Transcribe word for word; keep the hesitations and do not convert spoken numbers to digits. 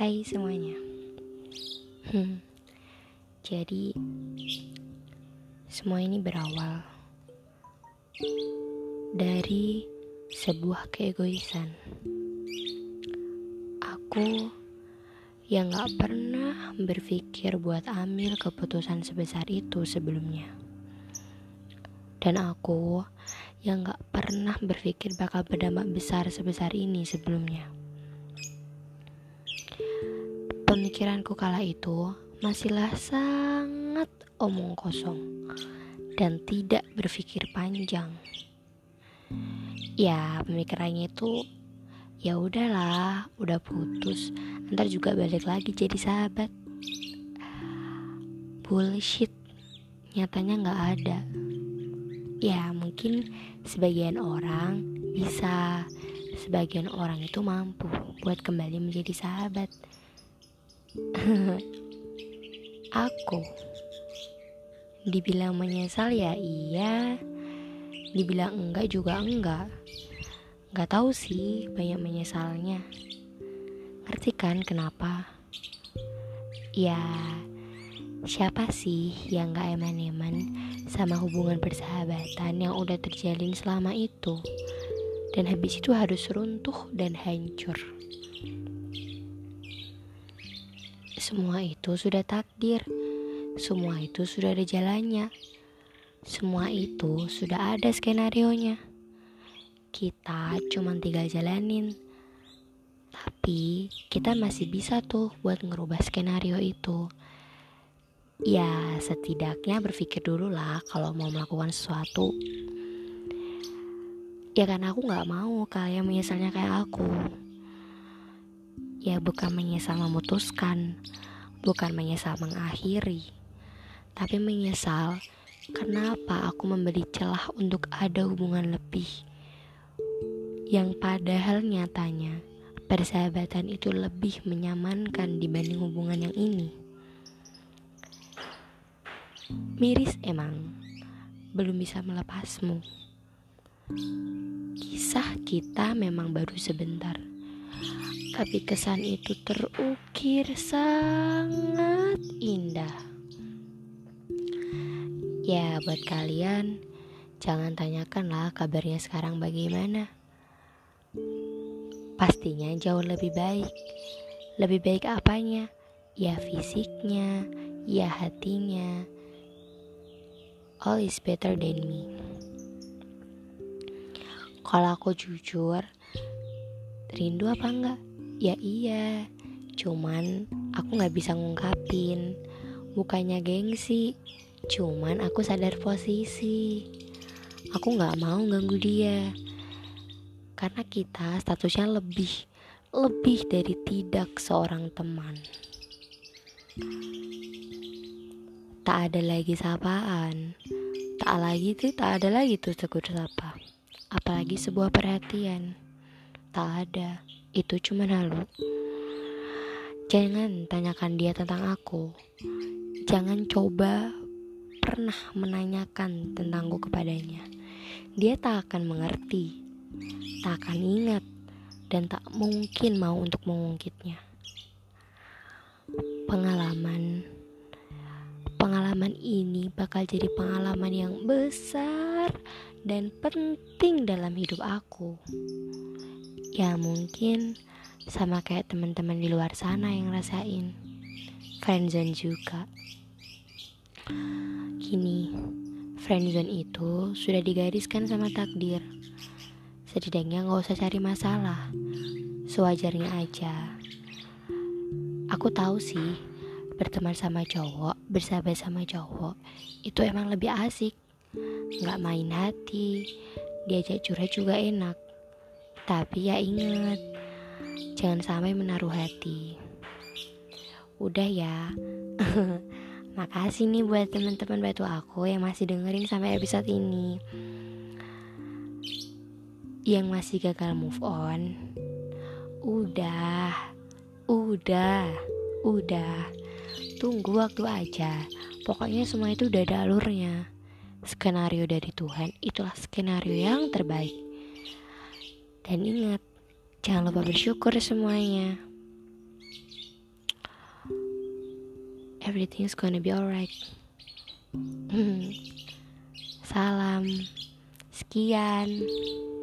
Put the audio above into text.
Hai semuanya. hmm, Jadi semua ini berawal dari sebuah keegoisan. Aku yang gak pernah berpikir buat ambil keputusan sebesar itu sebelumnya. Dan aku yang gak pernah berpikir bakal berdampak besar sebesar ini sebelumnya. Pemikiranku kala itu masihlah sangat omong kosong dan tidak berpikir panjang. Ya, pemikirannya itu ya udahlah, udah putus, ntar juga balik lagi jadi sahabat. Bullshit, nyatanya nggak ada. Ya mungkin sebagian orang bisa, sebagian orang itu mampu buat kembali menjadi sahabat. Aku dibilang menyesal ya iya, dibilang enggak juga enggak. Gak tahu sih banyak menyesalnya. Ngerti kan kenapa? Ya siapa sih yang gak eman-eman sama hubungan persahabatan yang udah terjalin selama itu, dan habis itu harus runtuh dan hancur. Semua itu sudah takdir, semua itu sudah ada jalannya, semua itu sudah ada skenarionya. Kita cuma tinggal jalanin. Tapi kita masih bisa tuh buat ngerubah skenario itu. Ya setidaknya berpikir dulu lah kalau mau melakukan sesuatu. Ya karena aku gak mau kalian menyesalnya kayak aku. Ya bukan menyesal memutuskan, bukan menyesal mengakhiri, tapi menyesal kenapa aku memberi celah untuk ada hubungan lebih, yang padahal nyatanya persahabatan itu lebih menyamankan dibanding hubungan yang ini. Miris emang, belum bisa melepasmu. Kisah kita memang baru sebentar, tapi kesan itu terukir sangat indah. Ya buat kalian, jangan tanyakanlah kabarnya sekarang bagaimana. Pastinya jauh lebih baik. Lebih baik apanya? Ya fisiknya, ya hatinya. All is better than me. Kalau aku jujur, rindu apa enggak? Ya iya, cuman aku gak bisa ngungkapin. Bukannya gengsi, cuman aku sadar posisi. Aku gak mau ganggu dia, karena kita statusnya lebih Lebih dari tidak seorang teman. Tak ada lagi sapaan, Tak lagi tuh, tak ada lagi tuh tegur sapa. Apalagi sebuah perhatian. Tak ada, itu cuma halu. Jangan tanyakan dia tentang aku. Jangan coba pernah menanyakan tentangku kepadanya. Dia tak akan mengerti, tak akan ingat, dan tak mungkin mau untuk mengungkitnya. Pengalaman Pengalaman ini bakal jadi pengalaman yang besar dan penting dalam hidup aku. Ya mungkin sama kayak teman-teman di luar sana yang rasain friendzone juga. Gini, friendzone itu sudah digariskan sama takdir. Setidaknya gak usah cari masalah, sewajarnya aja. Aku tahu sih, berteman sama cowok, bersahabat sama cowok, itu emang lebih asik. Gak main hati, diajak curhat juga enak. Tapi ya ingat, jangan sampai menaruh hati. Udah ya. Makasih nih buat teman-teman batu aku yang masih dengerin sampai episode ini. Yang masih gagal move on, Udah Udah Udah Tunggu waktu aja. Pokoknya semua itu udah ada alurnya. Skenario dari Tuhan itulah skenario yang terbaik. Dan ingat, jangan lupa bersyukur semuanya. everything's gonna be alright. Salam. Sekian.